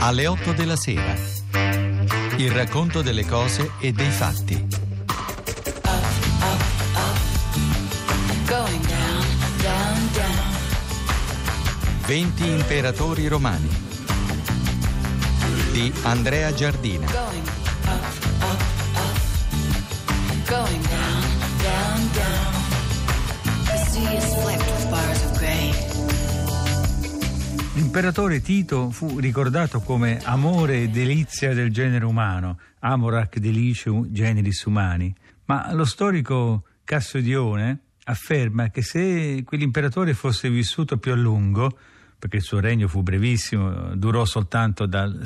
Alle 8 della sera. Il racconto delle cose e dei fatti. Going down, down, down. 20 imperatori romani di Andrea Giardina. Going up, up, up. Going down, down, down. The sea is flecked with bars of gray. L'imperatore Tito fu ricordato come amore e delizia del genere umano, amorac delicium generis humani, ma lo storico Cassodione afferma che se quell'imperatore fosse vissuto più a lungo, perché il suo regno fu brevissimo, durò soltanto dal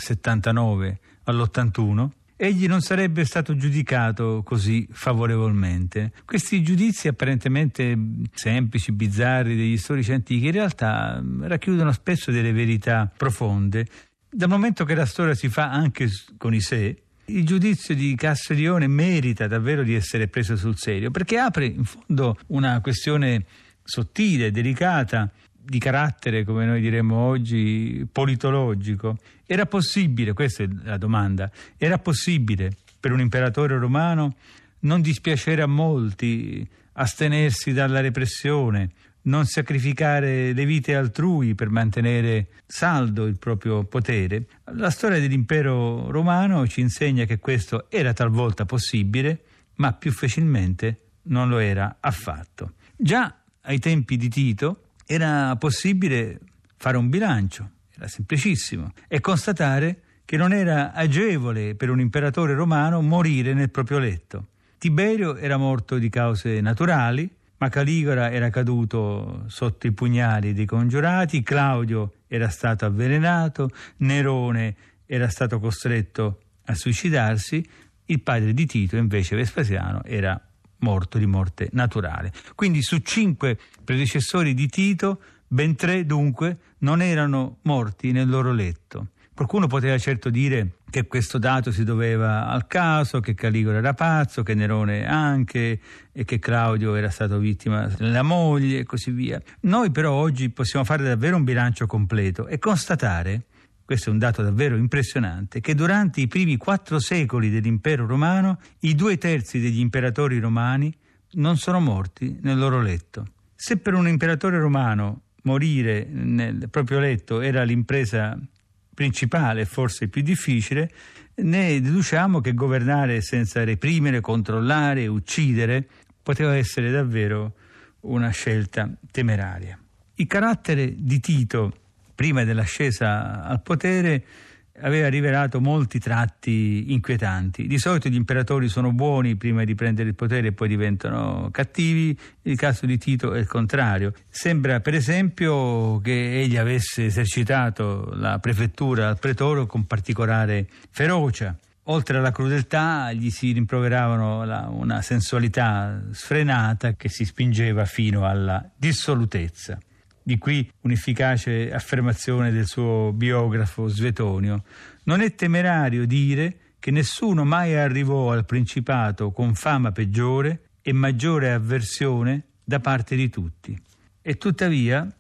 79 all'81, egli non sarebbe stato giudicato così favorevolmente. Questi giudizi apparentemente semplici, bizzarri degli storici antichi, in realtà racchiudono spesso delle verità profonde. Dal momento che la storia si fa anche con i sé, il giudizio di Cassodione merita davvero di essere preso sul serio, perché apre in fondo una questione sottile, delicata, di carattere, come noi diremmo oggi, politologico. Era possibile, questa è la domanda, era possibile per un imperatore romano non dispiacere a molti, astenersi dalla repressione, non sacrificare le vite altrui per mantenere saldo il proprio potere? La storia dell'impero romano ci insegna che questo era talvolta possibile, ma più facilmente non lo era affatto. Già ai tempi di Tito era possibile fare un bilancio, era semplicissimo, e constatare che non era agevole per un imperatore romano morire nel proprio letto. Tiberio era morto di cause naturali, ma Caligula era caduto sotto i pugnali dei congiurati, Claudio era stato avvelenato, Nerone era stato costretto a suicidarsi, il padre di Tito invece, Vespasiano, era morto di morte naturale. Quindi su 5 predecessori di Tito, ben 3 dunque non erano morti nel loro letto. Qualcuno poteva certo dire che questo dato si doveva al caso, che Caligula era pazzo, che Nerone anche, e che Claudio era stato vittima della moglie e così via. Noi però oggi possiamo fare davvero un bilancio completo e constatare, questo è un dato davvero impressionante, che durante i primi 4 secoli dell'impero romano i 2/3 degli imperatori romani non sono morti nel loro letto. Se per un imperatore romano morire nel proprio letto era l'impresa principale, forse più difficile, ne deduciamo che governare senza reprimere, controllare, uccidere poteva essere davvero una scelta temeraria. Il carattere di Tito prima dell'ascesa al potere aveva rivelato molti tratti inquietanti. Di solito gli imperatori sono buoni prima di prendere il potere e poi diventano cattivi. Il caso di Tito è il contrario. Sembra per esempio che egli avesse esercitato la prefettura al pretoro con particolare ferocia. Oltre alla crudeltà gli si rimproveravano una sensualità sfrenata che si spingeva fino alla dissolutezza. Di qui un'efficace affermazione del suo biografo Svetonio: non è temerario dire che nessuno mai arrivò al principato con fama peggiore e maggiore avversione da parte di tutti. E tuttavia,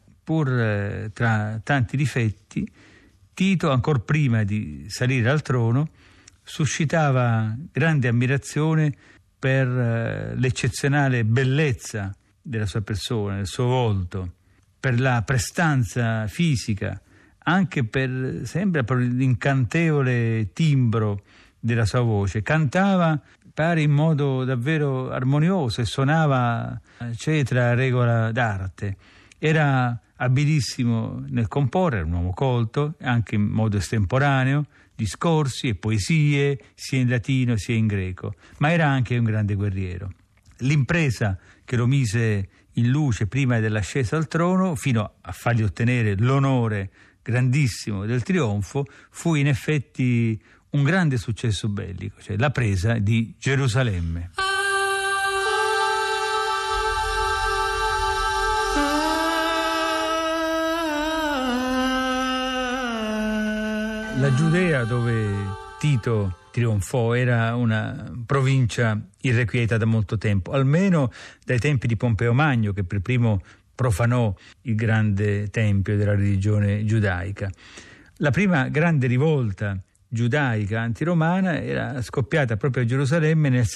pur tra tanti difetti, Tito, ancor prima di salire al trono, suscitava grande ammirazione per l'eccezionale bellezza della sua persona, del suo volto, per la prestanza fisica, anche per l'incantevole timbro della sua voce. Cantava, pare, in modo davvero armonioso e suonava cetra regola d'arte. Era abilissimo nel comporre, era un uomo colto, anche in modo estemporaneo, discorsi e poesie, sia in latino sia in greco, ma era anche un grande guerriero. L'impresa che lo mise in luce prima dell'ascesa al trono, fino a fargli ottenere l'onore grandissimo del trionfo, fu in effetti un grande successo bellico, cioè la presa di Gerusalemme. La Giudea, dove Tito trionfò, era una provincia irrequieta da molto tempo, almeno dai tempi di Pompeo Magno, che per primo profanò il grande tempio della religione giudaica. La prima grande rivolta giudaica antiromana era scoppiata proprio a Gerusalemme nel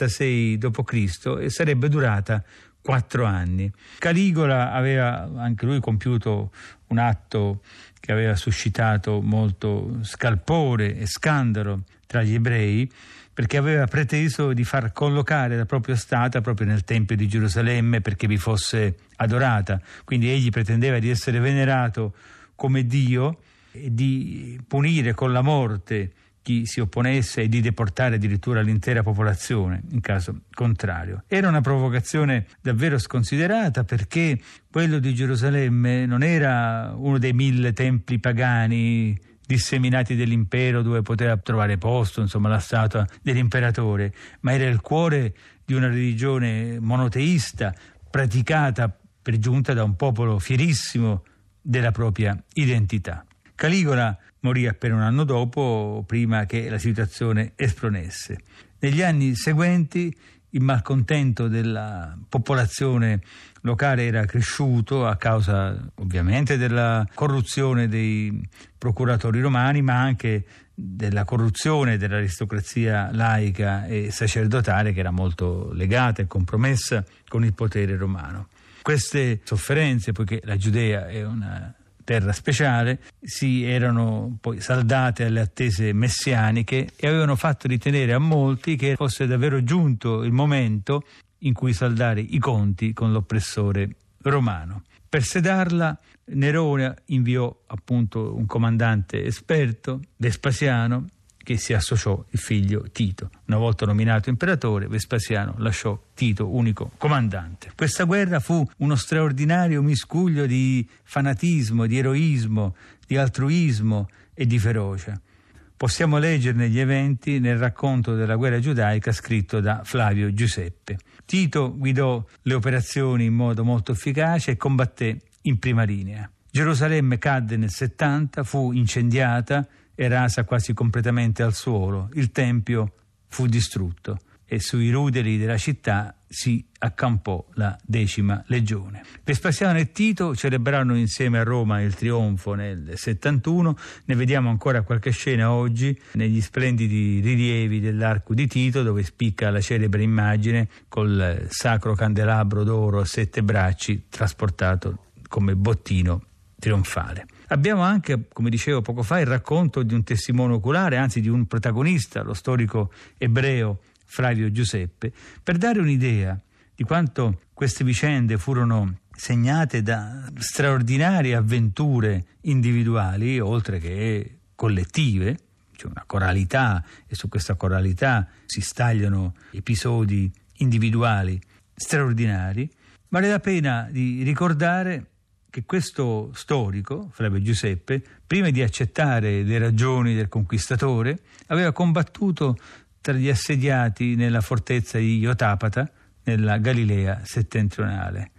66 d.C. e sarebbe durata 4 anni. Caligola aveva anche lui compiuto un atto che aveva suscitato molto scalpore e scandalo tra gli ebrei, perché aveva preteso di far collocare la propria statua proprio nel Tempio di Gerusalemme perché vi fosse adorata. Quindi egli pretendeva di essere venerato come Dio e di punire con la morte chi si opponesse e di deportare addirittura l'intera popolazione in caso contrario. Era una provocazione davvero sconsiderata, perché quello di Gerusalemme non era uno dei 1000 templi pagani disseminati dell'impero dove poteva trovare posto, insomma, la statua dell'imperatore, ma era il cuore di una religione monoteista praticata per giunta da un popolo fierissimo della propria identità. Caligola morì appena un anno dopo, prima che la situazione esplodesse. Negli anni seguenti il malcontento della popolazione locale era cresciuto a causa ovviamente della corruzione dei procuratori romani, ma anche della corruzione dell'aristocrazia laica e sacerdotale, che era molto legata e compromessa con il potere romano. Queste sofferenze, poiché la Giudea è una terra speciale, si erano poi saldate alle attese messianiche e avevano fatto ritenere a molti che fosse davvero giunto il momento in cui saldare i conti con l'oppressore romano. Per sedarla, Nerone inviò appunto un comandante esperto, Vespasiano, che si associò il figlio Tito. Una volta nominato imperatore, Vespasiano lasciò Tito unico comandante. Questa guerra fu uno straordinario miscuglio di fanatismo, di eroismo, di altruismo e di ferocia. Possiamo leggerne gli eventi nel racconto della guerra giudaica scritto da Flavio Giuseppe. Tito guidò le operazioni in modo molto efficace e combatté in prima linea. Gerusalemme cadde nel 70, fu incendiata e rasa quasi completamente al suolo. Il tempio fu distrutto e sui ruderi della città si accampò la 10ª legione. Vespasiano e Tito celebrarono insieme a Roma il trionfo nel 71. Ne vediamo ancora qualche scena oggi negli splendidi rilievi dell'Arco di Tito, dove spicca la celebre immagine col sacro candelabro d'oro a 7 bracci trasportato come bottino trionfale. Abbiamo anche, come dicevo poco fa, il racconto di un testimone oculare, anzi di un protagonista, lo storico ebreo Flavio Giuseppe, per dare un'idea di quanto queste vicende furono segnate da straordinarie avventure individuali, oltre che collettive, cioè una coralità, e su questa coralità si stagliano episodi individuali straordinari. Vale la pena di ricordare che questo storico, Flavio Giuseppe, prima di accettare le ragioni del conquistatore, aveva combattuto tra gli assediati nella fortezza di Iotapata, nella Galilea settentrionale.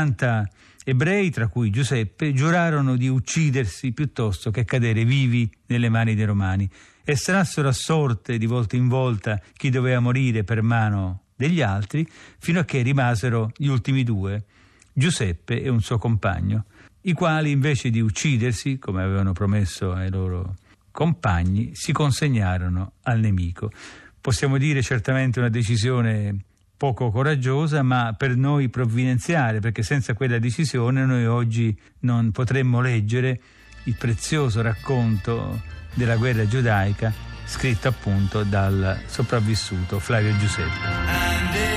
40 ebrei, tra cui Giuseppe, giurarono di uccidersi piuttosto che cadere vivi nelle mani dei romani. Estrassero a sorte di volta in volta chi doveva morire per mano degli altri, fino a che rimasero gli ultimi 2, Giuseppe e un suo compagno, i quali invece di uccidersi, come avevano promesso ai loro compagni, si consegnarono al nemico. Possiamo dire certamente una decisione poco coraggiosa, ma per noi provvidenziale, perché senza quella decisione noi oggi non potremmo leggere il prezioso racconto della guerra giudaica scritto appunto dal sopravvissuto Flavio Giuseppe.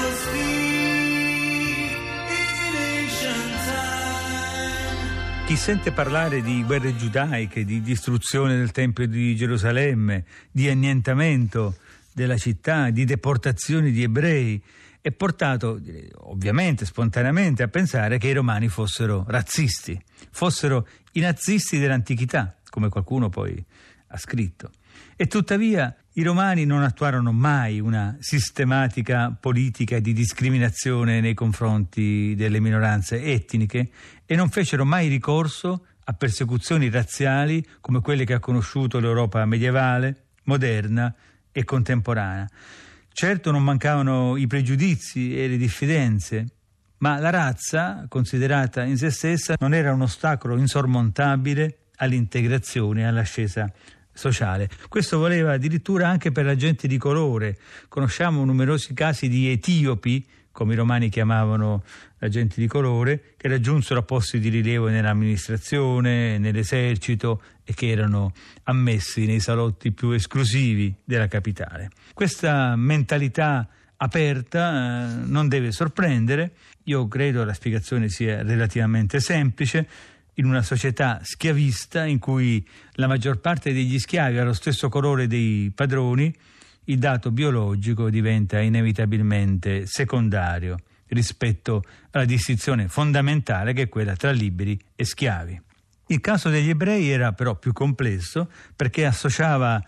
Chi sente parlare di guerre giudaiche, di distruzione del Tempio di Gerusalemme, di annientamento della città, di deportazioni di ebrei, è portato ovviamente spontaneamente a pensare che i romani fossero razzisti, fossero i nazisti dell'antichità, come qualcuno poi ha scritto. E tuttavia i romani non attuarono mai una sistematica politica di discriminazione nei confronti delle minoranze etniche e non fecero mai ricorso a persecuzioni razziali come quelle che ha conosciuto l'Europa medievale, moderna e contemporanea. Certo non mancavano i pregiudizi e le diffidenze, ma la razza, considerata in se stessa, non era un ostacolo insormontabile all'integrazione e all'ascesa sociale. Questo valeva addirittura anche per la gente di colore. Conosciamo numerosi casi di etiopi, come i romani chiamavano la gente di colore, che raggiunsero posti di rilievo nell'amministrazione, nell'esercito e che erano ammessi nei salotti più esclusivi della capitale. Questa mentalità aperta non deve sorprendere. Io credo la spiegazione sia relativamente semplice. In una società schiavista in cui la maggior parte degli schiavi ha lo stesso colore dei padroni, il dato biologico diventa inevitabilmente secondario rispetto alla distinzione fondamentale che è quella tra liberi e schiavi. Il caso degli ebrei era però più complesso perché associava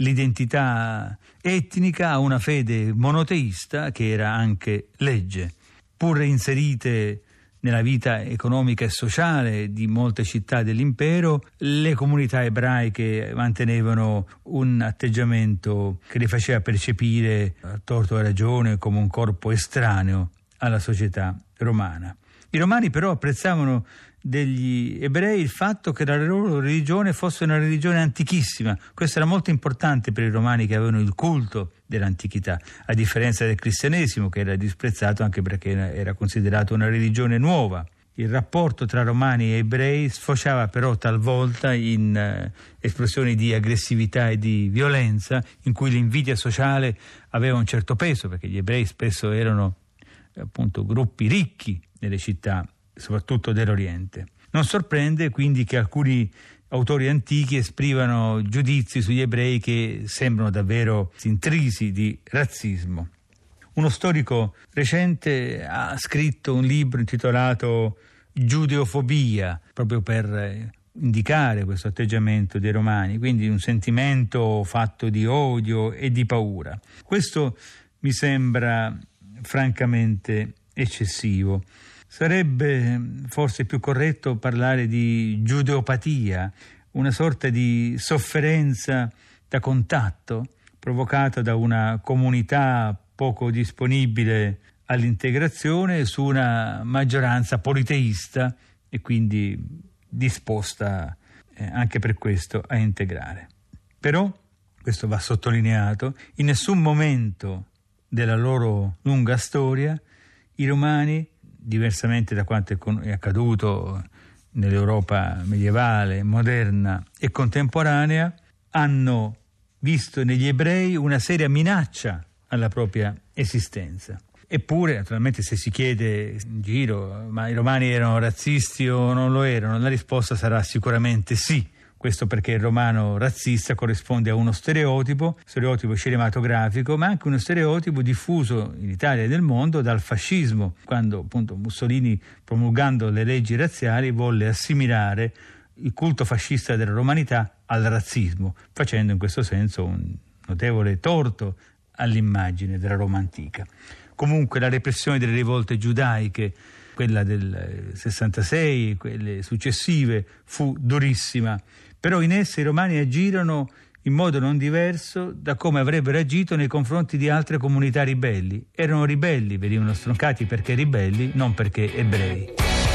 l'identità etnica a una fede monoteista che era anche legge. Pur inserite nella vita economica e sociale di molte città dell'impero, le comunità ebraiche mantenevano un atteggiamento che li faceva percepire, a torto e a ragione, come un corpo estraneo alla società romana. I romani però apprezzavano degli ebrei il fatto che la loro religione fosse una religione antichissima. Questo era molto importante per i romani, che avevano il culto dell'antichità, a differenza del cristianesimo, che era disprezzato anche perché era considerato una religione nuova. Il rapporto tra romani e ebrei sfociava però talvolta in esplosioni di aggressività e di violenza, in cui l'invidia sociale aveva un certo peso, perché gli ebrei spesso erano appunto gruppi ricchi nelle città, soprattutto dell'Oriente. Non sorprende quindi che alcuni autori antichi esprimano giudizi sugli ebrei che sembrano davvero intrisi di razzismo. Uno storico recente ha scritto un libro intitolato Giudeofobia, proprio per indicare questo atteggiamento dei romani, quindi un sentimento fatto di odio e di paura. Questo mi sembra francamente eccessivo. Sarebbe forse più corretto parlare di giudeopatia, una sorta di sofferenza da contatto provocata da una comunità poco disponibile all'integrazione su una maggioranza politeista e quindi disposta anche per questo a integrare. Però, questo va sottolineato, in nessun momento della loro lunga storia i romani, diversamente da quanto è accaduto nell'Europa medievale, moderna e contemporanea, hanno visto negli ebrei una seria minaccia alla propria esistenza. Eppure, naturalmente, se si chiede in giro ma i romani erano razzisti o non lo erano, la risposta sarà sicuramente sì. Questo perché il romano razzista corrisponde a uno stereotipo cinematografico, ma anche uno stereotipo diffuso in Italia e nel mondo dal fascismo, quando appunto Mussolini, promulgando le leggi razziali, volle assimilare il culto fascista della romanità al razzismo, facendo in questo senso un notevole torto all'immagine della Roma antica. Comunque la repressione delle rivolte giudaiche, quella del 66 e quelle successive, fu durissima. Però in esse i romani agirono in modo non diverso da come avrebbero agito nei confronti di altre comunità ribelli. Erano ribelli, venivano stroncati perché ribelli, non perché ebrei.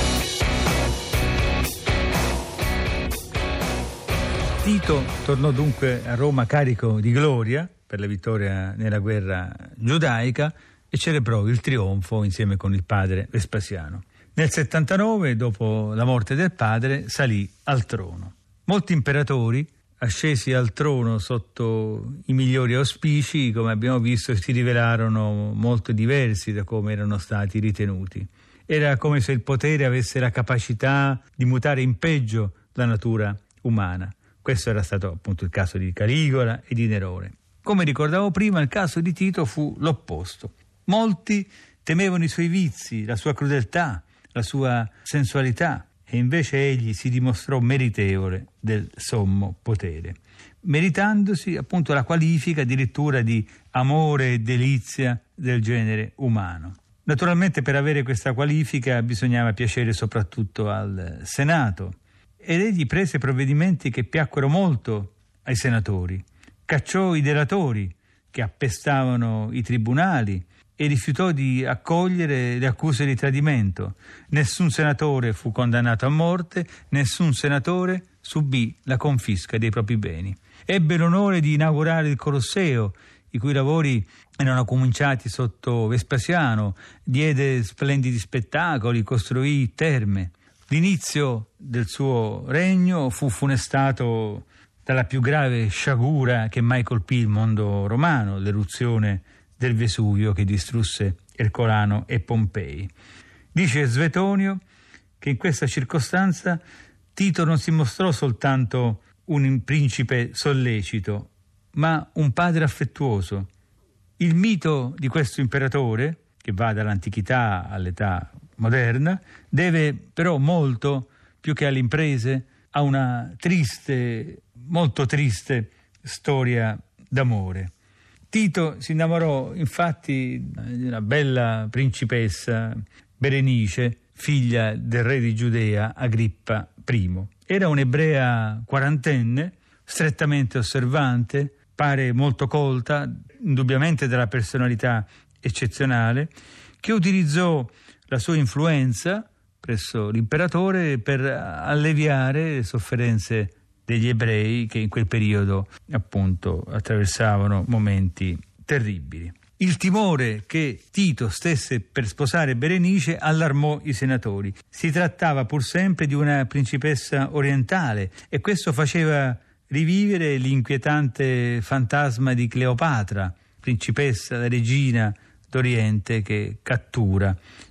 Tito tornò dunque a Roma carico di gloria per la vittoria nella guerra giudaica e celebrò il trionfo insieme con il padre Vespasiano. Nel 79, dopo la morte del padre, salì al trono. Molti imperatori, ascesi al trono sotto i migliori auspici, come abbiamo visto, si rivelarono molto diversi da come erano stati ritenuti. Era come se il potere avesse la capacità di mutare in peggio la natura umana. Questo era stato appunto il caso di Caligola e di Nerone. Come ricordavo prima, il caso di Tito fu l'opposto. Molti temevano i suoi vizi, la sua crudeltà, la sua sensualità, e invece egli si dimostrò meritevole del sommo potere, meritandosi appunto la qualifica addirittura di amore e delizia del genere umano. Naturalmente per avere questa qualifica bisognava piacere soprattutto al Senato, ed egli prese provvedimenti che piacquero molto ai senatori. Cacciò i delatori che appestavano i tribunali e rifiutò di accogliere le accuse di tradimento. Nessun senatore fu condannato a morte, nessun senatore subì la confisca dei propri beni. Ebbe l'onore di inaugurare il Colosseo, i cui lavori erano cominciati sotto Vespasiano, diede splendidi spettacoli, costruì terme. L'inizio del suo regno fu funestato dalla più grave sciagura che mai colpì il mondo romano, l'eruzione del Vesuvio che distrusse Ercolano e Pompei. Dice Svetonio che in questa circostanza Tito non si mostrò soltanto un principe sollecito, ma un padre affettuoso. Il mito di questo imperatore, che va dall'antichità all'età moderna, deve però molto, più che alle imprese, a una triste, molto triste storia d'amore. Tito si innamorò infatti di una bella principessa, Berenice, figlia del re di Giudea, Agrippa I. Era un'ebrea quarantenne, strettamente osservante, pare molto colta, indubbiamente dalla personalità eccezionale, che utilizzò la sua influenza presso l'imperatore per alleviare le sofferenze degli ebrei che in quel periodo appunto attraversavano momenti terribili. Il timore che Tito stesse per sposare Berenice allarmò i senatori. Si trattava pur sempre di una principessa orientale e questo faceva rivivere l'inquietante fantasma di Cleopatra, principessa, la regina d'Oriente che cattura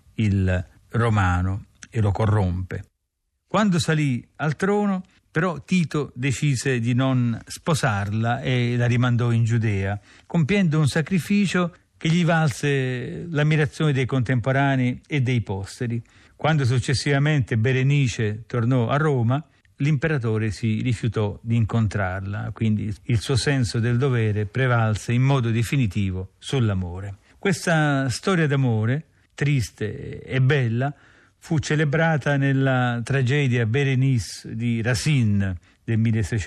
il romano e lo corrompe. Quando salì al trono, però, Tito decise di non sposarla e la rimandò in Giudea, compiendo un sacrificio che gli valse l'ammirazione dei contemporanei e dei posteri. Quando successivamente Berenice tornò a Roma, l'imperatore si rifiutò di incontrarla, quindi il suo senso del dovere prevalse in modo definitivo sull'amore. Questa storia d'amore, triste e bella, fu celebrata nella tragedia Berenice di Racine del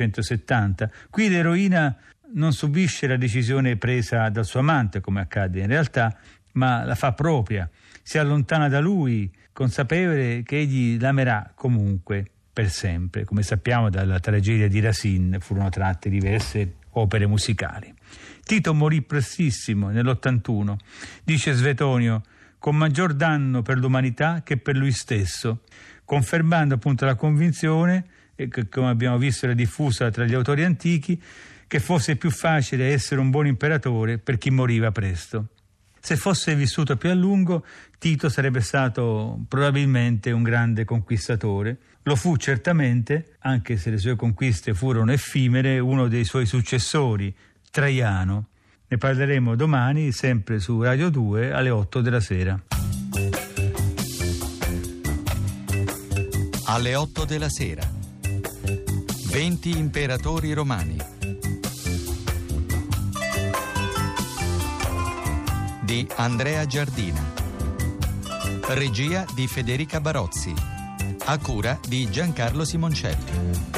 1670. Qui l'eroina non subisce la decisione presa dal suo amante, come accade in realtà, ma la fa propria. Si allontana da lui, consapevole che egli l'amerà comunque per sempre. Come sappiamo, dalla tragedia di Racine furono tratte diverse opere musicali. Tito morì prestissimo, nell'81. Dice Svetonio, con maggior danno per l'umanità che per lui stesso, confermando appunto la convinzione, che come abbiamo visto era diffusa tra gli autori antichi, che fosse più facile essere un buon imperatore per chi moriva presto. Se fosse vissuto più a lungo, Tito sarebbe stato probabilmente un grande conquistatore. Lo fu certamente, anche se le sue conquiste furono effimere, uno dei suoi successori, Traiano. Ne parleremo domani, sempre su Radio 2, alle 8 della sera. Alle 8 della sera. 20 imperatori romani. Di Andrea Giardina. Regia di Federica Barozzi. A cura di Giancarlo Simoncelli.